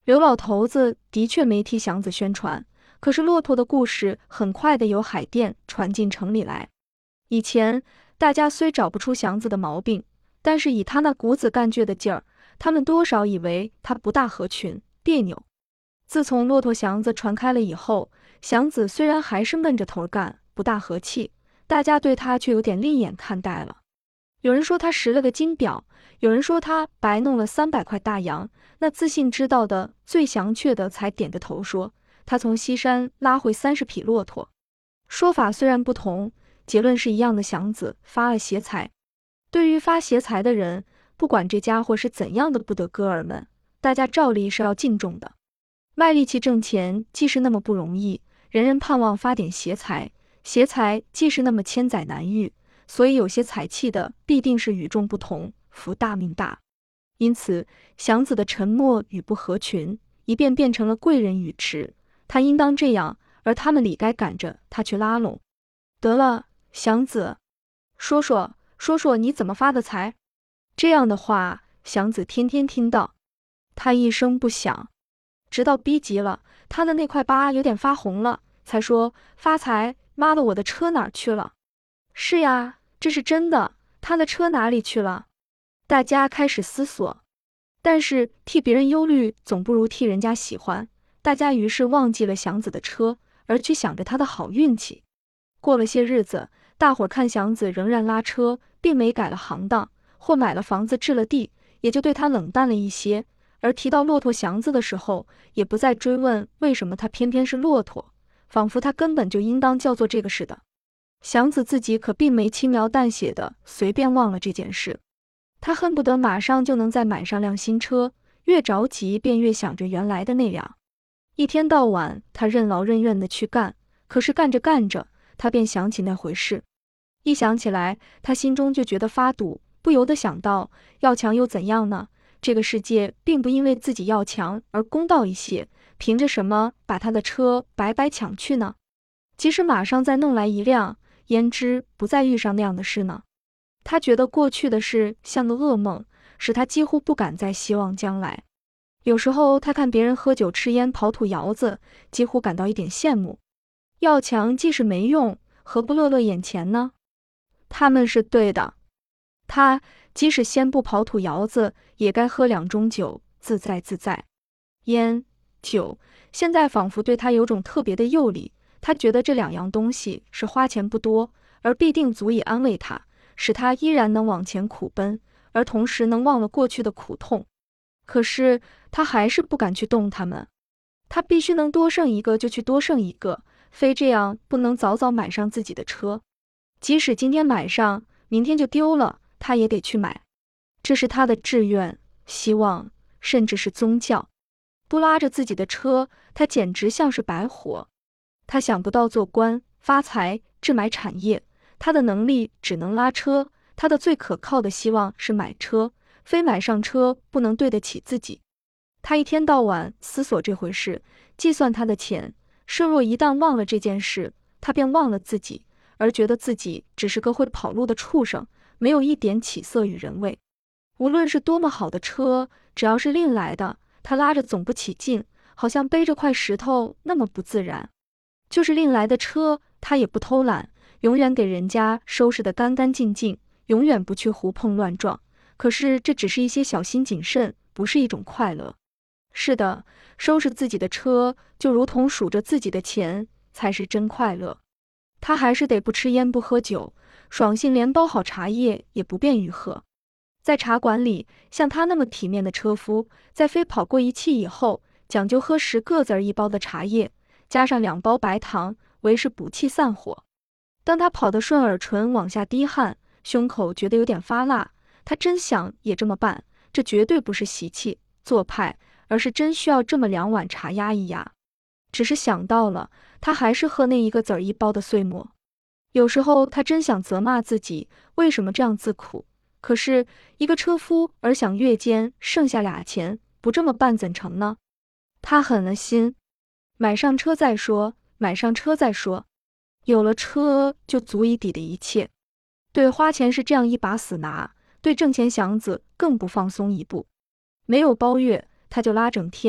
刘老头子的确没替祥子宣传，可是骆驼的故事很快的由海淀传进城里来。以前大家虽找不出祥子的毛病，但是以他那股子干倔的劲儿，他们多少以为他不大合群，别扭。自从骆驼祥子传开了以后，祥子虽然还是闷着头干，不大和气，大家对他却有点另眼看待了。有人说他拾了个金表，有人说他白弄了300块大洋，那自信知道的最详确的才点着头说，他从西山拉回30匹骆驼。说法虽然不同，结论是一样的，祥子发了邪财。对于发邪财的人，不管这家伙是怎样的不得哥儿们，大家照例是要敬重的。卖力气挣钱既是那么不容易，人人盼望发点邪财，邪财既是那么千载难遇，所以有些财气的必定是与众不同，福大命大。因此祥子的沉默与不合群，一变变成了贵人语迟，他应当这样，而他们理该赶着他去拉拢。得了，祥子，说说你怎么发的财？这样的话祥子天天听到，他一声不响，直到逼急了，他的那块疤有点发红了，才说发财，妈的我的车哪儿去了？是呀，这是真的，他的车哪里去了？大家开始思索，但是替别人忧虑总不如替人家喜欢，大家于是忘记了祥子的车，而去想着他的好运气。过了些日子，大伙儿看祥子仍然拉车，并没改了行当，或买了房子置了地，也就对他冷淡了一些，而提到骆驼祥子的时候，也不再追问为什么他偏偏是骆驼，仿佛他根本就应当叫做这个似的。祥子自己可并没轻描淡写的随便忘了这件事，他恨不得马上就能再买上辆新车，越着急便越想着原来的那辆。一天到晚他任劳任怨的去干，可是干着干着，他便想起那回事。一想起来，他心中就觉得发堵，不由得想到，要强又怎样呢？这个世界并不因为自己要强而公道一些，凭着什么把他的车白白抢去呢？即使马上再弄来一辆，焉知不再遇上那样的事呢？他觉得过去的事像个噩梦，使他几乎不敢再希望将来。有时候他看别人喝酒吃烟跑土窑子，几乎感到一点羡慕。要强即使没用，何不乐乐眼前呢？他们是对的，他即使先不跑土窑子，也该喝2盅酒，自在自在。烟酒现在仿佛对他有种特别的诱力，他觉得这2样东西是花钱不多，而必定足以安慰他，使他依然能往前苦奔，而同时能忘了过去的苦痛。可是他还是不敢去动它们，他必须能多剩一个就去多剩一个，非这样不能早早买上自己的车。即使今天买上，明天就丢了，他也得去买。这是他的志愿、希望，甚至是宗教。不拉着自己的车，他简直像是白活。他想不到做官、发财、置买产业，他的能力只能拉车，他的最可靠的希望是买车，非买上车不能对得起自己。他一天到晚思索这回事，计算他的钱，设若一旦忘了这件事，他便忘了自己，而觉得自己只是个会跑路的畜生，没有一点起色与人味。无论是多么好的车，只要是另来的，他拉着总不起劲，好像背着块石头那么不自然。就是另来的车，他也不偷懒，永远给人家收拾得干干净净，永远不去胡碰乱撞。可是这只是一些小心谨慎，不是一种快乐。是的，收拾自己的车，就如同数着自己的钱，才是真快乐。他还是得不吃烟不喝酒，爽性连包好茶叶也不便于喝。在茶馆里，像他那么体面的车夫，在非跑过一气以后，讲究喝10个子一包的茶叶，加上2包白糖，为是补气散火。当他跑得顺耳唇往下滴汗，胸口觉得有点发辣，他真想也这么办，这绝对不是习气做派，而是真需要这么2碗茶压一压。只是想到了，他还是喝那1个子一包的碎末。有时候他真想责骂自己，为什么这样自苦？可是一个车夫而想月间剩下俩钱，不这么办怎成呢？他狠了心，买上车再说，买上车再说，有了车就足以抵的一切。对花钱是这样一把死拿，对挣钱祥子更不放松一步。没有包月，他就拉整天，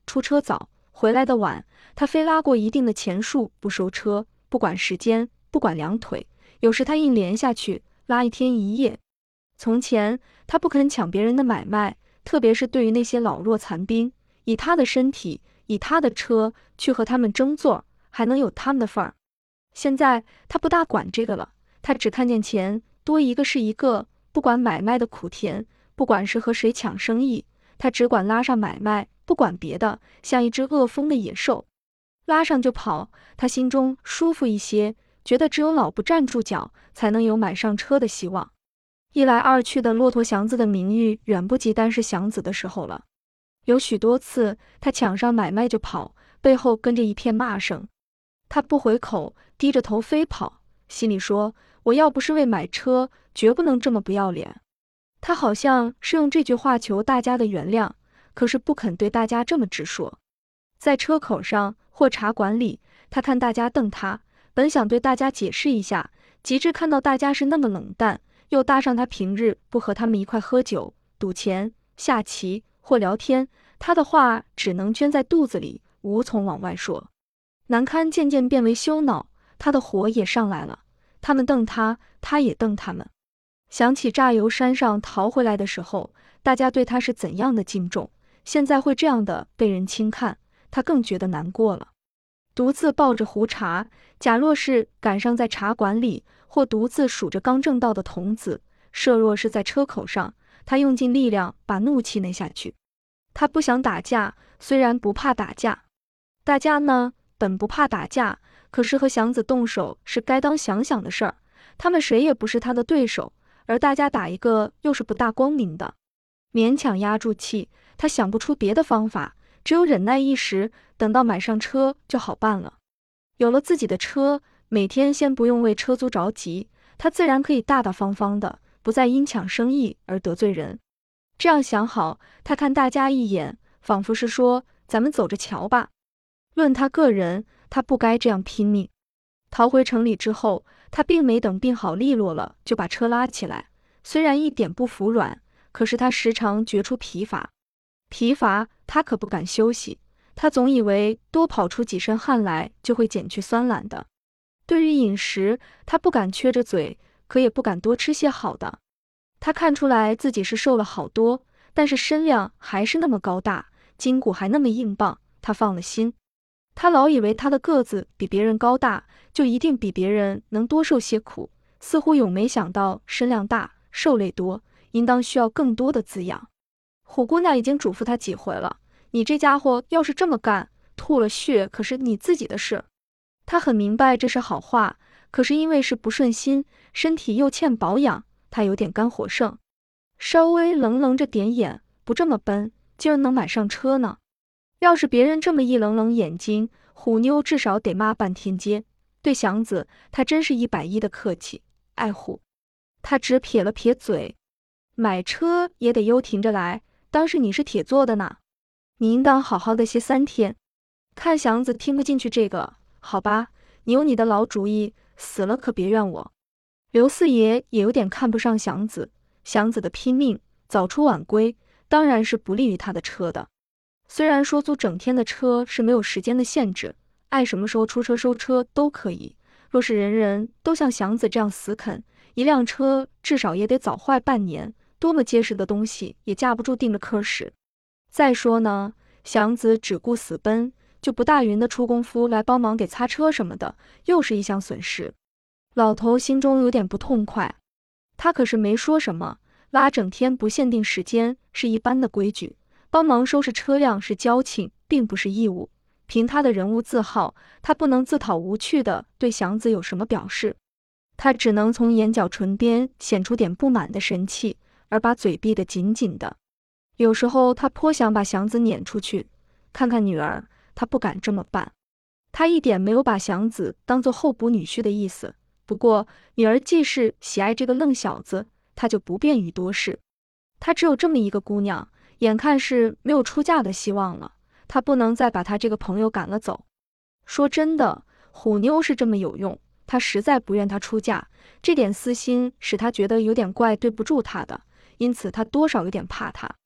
出车早，回来的晚，他非拉过一定的钱数不收车，不管时间，不管两腿，有时他硬连下去，拉一天一夜。从前他不肯抢别人的买卖，特别是对于那些老弱残兵，以他的身体，以他的车去和他们争座，还能有他们的份儿。现在他不大管这个了，他只看见钱，多一个是一个，不管买卖的苦甜，不管是和谁抢生意，他只管拉上买卖，不管别的，像一只饿疯的野兽，拉上就跑。他心中舒服一些，觉得只有老不站住脚，才能有买上车的希望。一来二去的，骆驼祥子的名誉远不及单是祥子的时候了。有许多次，他抢上买卖就跑，背后跟着一片骂声。他不回口，低着头飞跑，心里说：我要不是为买车，绝不能这么不要脸。他好像是用这句话求大家的原谅，可是不肯对大家这么直说。在车口上或茶馆里，他看大家瞪他，本想对大家解释一下，及至看到大家是那么冷淡，又搭上他平日不和他们一块喝酒、赌钱、下棋或聊天，他的话只能圈在肚子里，无从往外说。难堪渐渐变为羞恼，他的火也上来了。他们瞪他，他也瞪他们。想起乍由山上逃回来的时候，大家对他是怎样的敬重，现在会这样的被人轻看，他更觉得难过了。独自抱着壶茶，假若是赶上在茶馆里，或独自数着刚挣到的童子，设若是在车口上，他用尽力量把怒气内下去。他不想打架，虽然不怕打架。大家呢，本不怕打架，可是和祥子动手是该当想想的事儿，他们谁也不是他的对手，而大家打一个又是不大光明的。勉强压住气，他想不出别的方法，只有忍耐一时，等到买上车就好办了。有了自己的车，每天先不用为车租着急，他自然可以大大方方的，不再因抢生意而得罪人。这样想好，他看大家一眼，仿佛是说：咱们走着瞧吧。论他个人，他不该这样拼命。逃回城里之后，他并没等病好利落了，就把车拉起来。虽然一点不服软，可是他时常觉出疲乏。疲乏，他可不敢休息。他总以为多跑出几身汗来，就会减去酸懒的。对于饮食，他不敢缺着嘴，可也不敢多吃些好的。他看出来自己是瘦了好多，但是身量还是那么高大，筋骨还那么硬棒，他放了心。他老以为他的个子比别人高大，就一定比别人能多受些苦，似乎永没想到身量大，受累多，应当需要更多的滋养。虎姑娘已经嘱咐他几回了，你这家伙要是这么干，吐了血可是你自己的事。他很明白这是好话，可是因为是不顺心，身体又欠保养，他有点肝火盛，稍微冷着点眼，不这么奔，今儿能买上车呢。要是别人这么一冷眼睛，虎妞至少得骂半天街。对祥子，他真是110的客气爱护。他只撇了撇嘴，买车也得悠停着来，当是你是铁做的呢，你应当好好的歇3天。看祥子听不进去这个，好吧，你有你的老主意，死了可别怨我。刘四爷也有点看不上祥子，祥子的拼命，早出晚归，当然是不利于他的车的。虽然说租整天的车是没有时间的限制，爱什么时候出车收车都可以，若是人人都像祥子这样死啃，一辆车至少也得早坏半年，多么结实的东西也架不住定了科时。再说呢，祥子只顾死奔，就不大匀的出功夫来帮忙给擦车什么的，又是一项损失。老头心中有点不痛快，他可是没说什么，拉整天不限定时间是一般的规矩，帮忙收拾车辆是交情，并不是义务。凭他的人物自豪，他不能自讨无趣的对祥子有什么表示，他只能从眼角唇边显出点不满的神气，而把嘴闭得紧紧的。有时候他颇想把祥子撵出去，看看女儿，他不敢这么办。他一点没有把祥子当作候补女婿的意思，不过女儿既是喜爱这个愣小子，他就不便于多事。他只有这么一个姑娘，眼看是没有出嫁的希望了，他不能再把他这个朋友赶了走。说真的，虎妞是这么有用，他实在不愿她出嫁，这点私心使他觉得有点怪对不住她的，因此他多少有点怕她。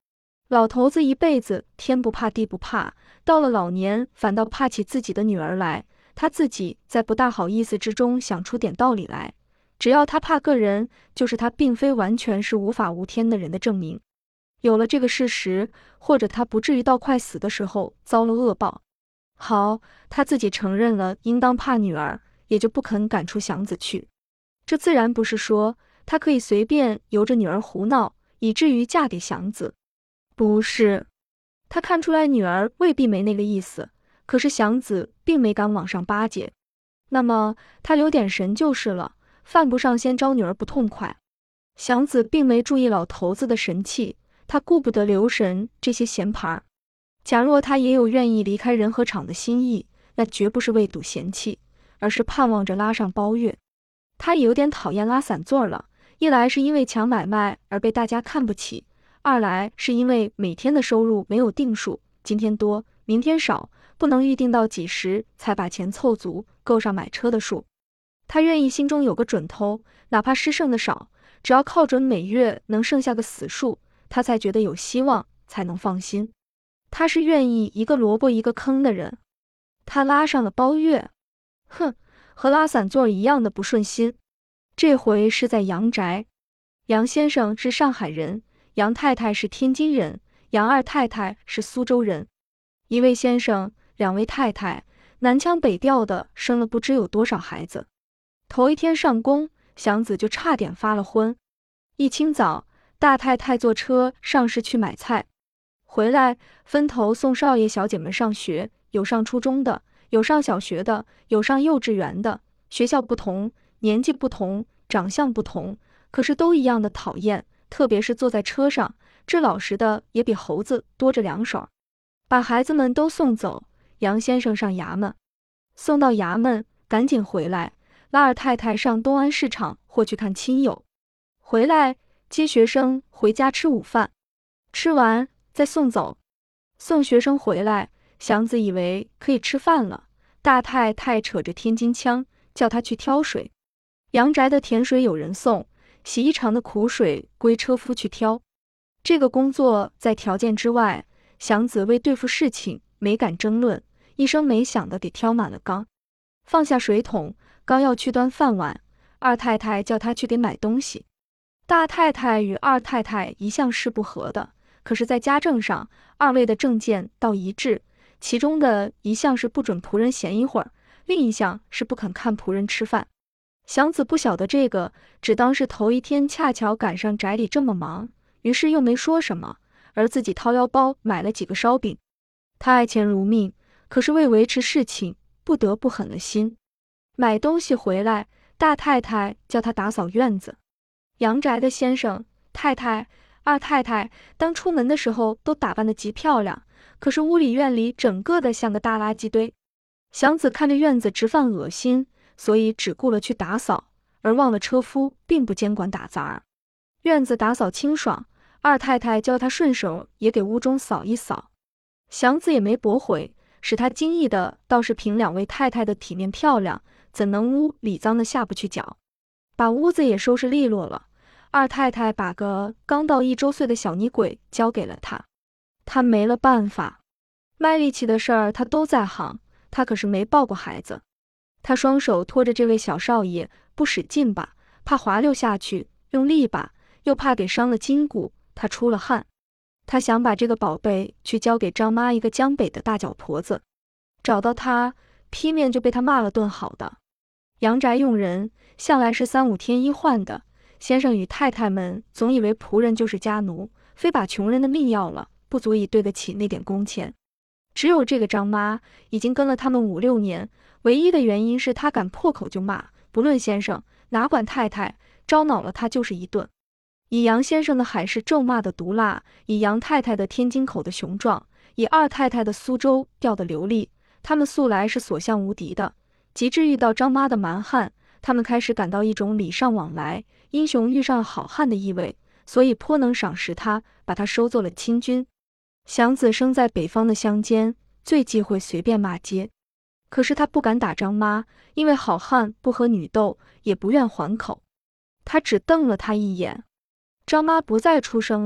老头子一辈子天不怕地不怕，到了老年反倒怕起自己的女儿来，他自己在不大好意思之中想出点道理来。只要他怕个人，就是他并非完全是无法无天的人的证明。有了这个事实，或者他不至于到快死的时候遭了恶报。好，他自己承认了应当怕女儿，也就不肯赶出祥子去。这自然不是说他可以随便由着女儿胡闹，以至于嫁给祥子。不是，他看出来女儿未必没那个意思，可是祥子并没敢往上巴结。那么他留点神就是了，犯不上先招女儿不痛快。祥子并没注意老头子的神气，他顾不得留神这些闲牌。假若他也有愿意离开仁和厂的心意，那绝不是为赌嫌弃，而是盼望着拉上包月。他也有点讨厌拉散座了，一来是因为抢买卖而被大家看不起，二来是因为每天的收入没有定数，今天多，明天少，不能预定到几时才把钱凑足，够上买车的数。他愿意心中有个准头，哪怕失剩的少，只要靠准每月能剩下个死数，他才觉得有希望，才能放心。他是愿意一个萝卜一个坑的人。他拉上了包月，哼，和拉散座一样的不顺心。这回是在杨宅。杨先生是上海人，杨太太是天津人，杨二太太是苏州人。一位先生，两位太太，南腔北调的，生了不知有多少孩子。头一天上工，祥子就差点发了昏。一清早，大太太坐车上市去买菜，回来分头送少爷小姐们上学，有上初中的，有上小学的，有上幼稚园的。学校不同，年纪不同，长相不同，可是都一样的讨厌，特别是坐在车上，这老实的也比猴子多着两手。把孩子们都送走，杨先生上衙门，送到衙门赶紧回来，拉二太太上东安市场或去看亲友，回来接学生回家吃午饭，吃完再送走。送学生回来，祥子以为可以吃饭了，大太太扯着天津腔叫他去挑水。杨宅的甜水有人送，洗衣厂的苦水归车夫去挑。这个工作在条件之外，祥子为对付事情没敢争论，一声没响的给挑满了缸，放下水桶，刚要去端饭碗，二太太叫他去给买东西。大太太与二太太一向是不和的，可是在家政上，二位的政见倒一致，其中的一项是不准仆人闲一会儿，另一项是不肯看仆人吃饭。祥子不晓得这个，只当是头一天恰巧赶上宅里这么忙，于是又没说什么，而自己掏腰包买了几个烧饼。他爱钱如命，可是为维持事情，不得不狠了心。买东西回来，大太太叫他打扫院子。杨宅的先生、太太、二太太当出门的时候都打扮得极漂亮，可是屋里院里整个的像个大垃圾堆。祥子看着院子直犯恶心，所以只顾了去打扫，而忘了车夫并不监管打杂。院子打扫清爽，二太太叫他顺手也给屋中扫一扫。祥子也没驳回，使他惊异的倒是凭两位太太的体面漂亮，怎能屋里脏的下不去脚。把屋子也收拾利落了，二太太把个刚到1周岁的小女鬼交给了他。他没了办法，卖力气的事儿他都在行，他可是没抱过孩子。他双手托着这位小少爷，不使劲吧，怕滑溜下去；用力吧，又怕给伤了筋骨。他出了汗。他想把这个宝贝去交给张妈，一个江北的大脚婆子。找到他，劈面就被他骂了顿好的。杨宅用人向来是3-5天一换的，先生与太太们总以为仆人就是家奴，非把穷人的命要了，不足以对得起那点工钱。只有这个张妈已经跟了他们5-6年，唯一的原因是他敢破口就骂，不论先生哪管太太，招恼了他就是一顿。以杨先生的海市咒骂的毒辣，以杨太太的天津口的雄壮，以二太太的苏州调的流利，他们素来是所向无敌的。及至遇到张妈的蛮汉，他们开始感到一种礼尚往来、英雄遇上好汉的意味，所以颇能赏识他，把他收做了亲军。祥子生在北方的乡间，最忌讳随便骂街，可是他不敢打张妈，因为好汉不和女斗，也不愿还口。他只瞪了他一眼。张妈不再出声了，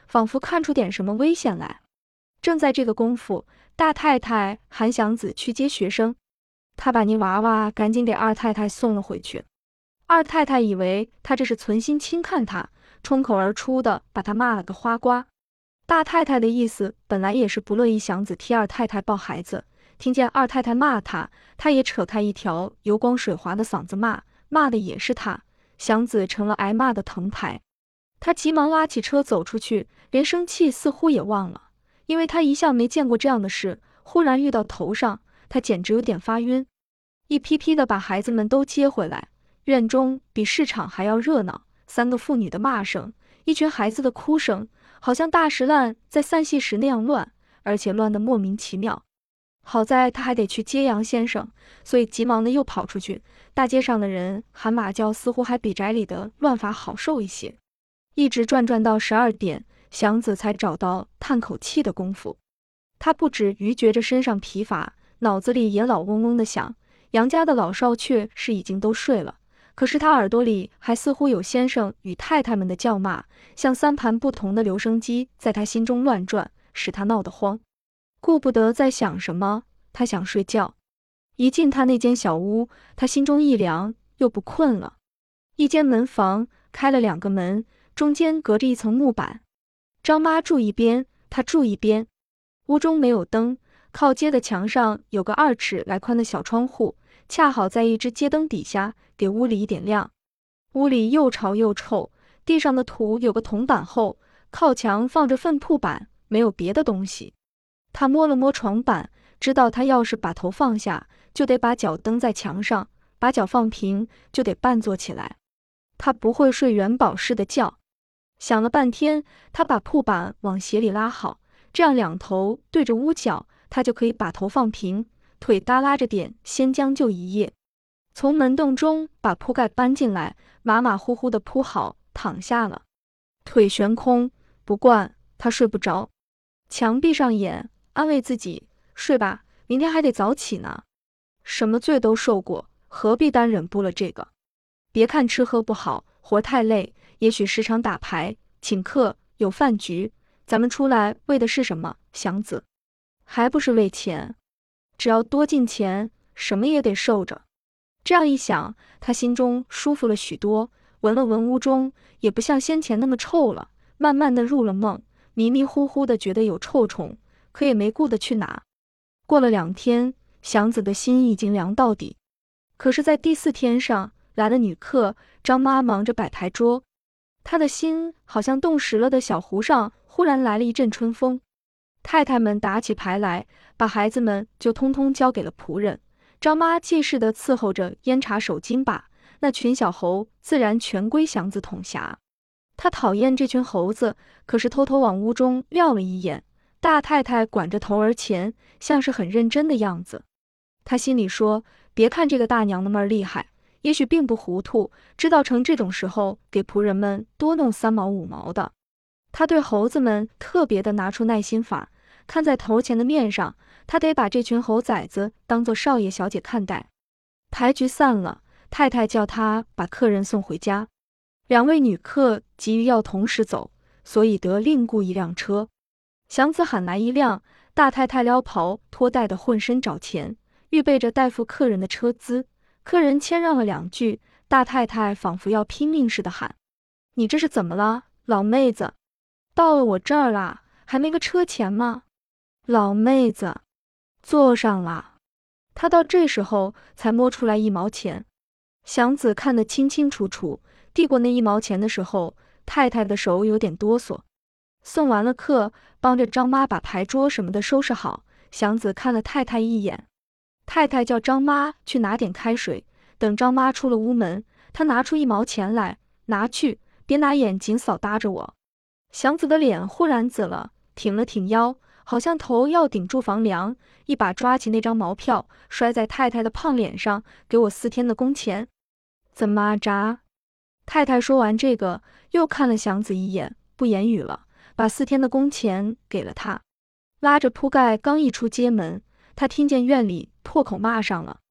仿佛看出点什么危险来。正在这个功夫，大太太喊祥子去接学生，他把泥娃娃赶紧给二太太送了回去。二太太以为他这是存心轻看他，冲口而出的把他骂了个花瓜。大太太的意思本来也是不乐意祥子替二太太抱孩子，听见二太太骂他，他也扯开一条油光水滑的嗓子骂，骂的也是他。祥子成了挨骂的藤牌。他急忙拉起车走出去，连生气似乎也忘了，因为他一向没见过这样的事，忽然遇到头上，他简直有点发晕。一批批的把孩子们都接回来，院中比市场还要热闹，3个妇女的骂声，一群孩子的哭声，好像大石烂在散戏时那样乱，而且乱得莫名其妙。好在他还得去接杨先生，所以急忙的又跑出去。大街上的人喊马叫，似乎还比宅里的乱法好受一些。一直转到12点，祥子才找到叹口气的功夫。他不止于觉着身上疲乏，脑子里也老嗡嗡的响。杨家的老少却是已经都睡了，可是他耳朵里还似乎有先生与太太们的叫骂，像3盘不同的留声机在他心中乱转，使他闹得慌。顾不得在想什么，他想睡觉。一进他那间小屋，他心中一凉，又不困了。一间门房开了2个门，中间隔着一层木板。张妈住一边，他住一边。屋中没有灯，靠街的墙上有个2尺来宽的小窗户，恰好在一只街灯底下，给屋里一点亮。屋里又潮又臭，地上的土有个铜板厚，靠墙放着粪铺板，没有别的东西。他摸了摸床板，知道他要是把头放下，就得把脚蹬在墙上，把脚放平，就得半坐起来。他不会睡元宝似的觉。想了半天，他把铺板往鞋里拉好，这样2头对着屋角，他就可以把头放平，腿耷拉着点，先将就一夜。从门洞中把铺盖搬进来，马马虎虎的铺好，躺下了。腿悬空，不惯，他睡不着。强闭上眼，安慰自己，睡吧，明天还得早起呢。什么罪都受过，何必单忍不了这个？别看吃喝不好，活太累，也许时常打牌、请客、有饭局，咱们出来为的是什么？祥子，还不是为钱？只要多进钱，什么也得受着。这样一想，他心中舒服了许多，闻了闻屋中，也不像先前那么臭了，慢慢的入了梦，迷迷糊糊的觉得有臭虫，可也没顾得去拿。过了2天，祥子的心已经凉到底。可是在第4天上，来了女客，张妈忙着摆牌桌，他的心好像冻实了的小湖上忽然来了一阵春风。太太们打起牌来，把孩子们就通通交给了仆人。张妈气势地伺候着烟茶手巾把，那群小猴自然全归祥子统辖。他讨厌这群猴子，可是偷偷往屋中瞄了一眼，大太太管着头儿前，像是很认真的样子。他心里说，别看这个大娘的们儿厉害，也许并不糊涂，知道成这种时候给仆人们多弄3毛5毛的。他对猴子们特别的拿出耐心法，看在头前的面上，他得把这群猴崽子当作少爷小姐看待。牌局散了，太太叫他把客人送回家。2位女客急于要同时走，所以得另雇一辆车。祥子喊来一辆，大太太撩袍脱带的混身找钱，预备着代付客人的车资。客人谦让了2句，大太太仿佛要拼命似的喊：“你这是怎么了，老妹子？到了我这儿啦，还没个车钱吗？老妹子，坐上啦。”他到这时候才摸出来1毛钱。祥子看得清清楚楚，递过那1毛钱的时候，太太的手有点哆嗦。送完了客，帮着张妈把牌桌什么的收拾好，祥子看了太太一眼。太太叫张妈去拿点开水，等张妈出了屋门，他拿出1毛钱来，拿去，别拿眼睛扫搭着我。祥子的脸忽然紫了，挺了挺腰，好像头要顶住房梁，一把抓起那张毛票，摔在太太的胖脸上，给我4天的工钱。怎么啊扎？太太说完这个，又看了祥子一眼，不言语了，把4天的工钱给了他。拉着铺盖刚一出街门，他听见院里破口骂上了。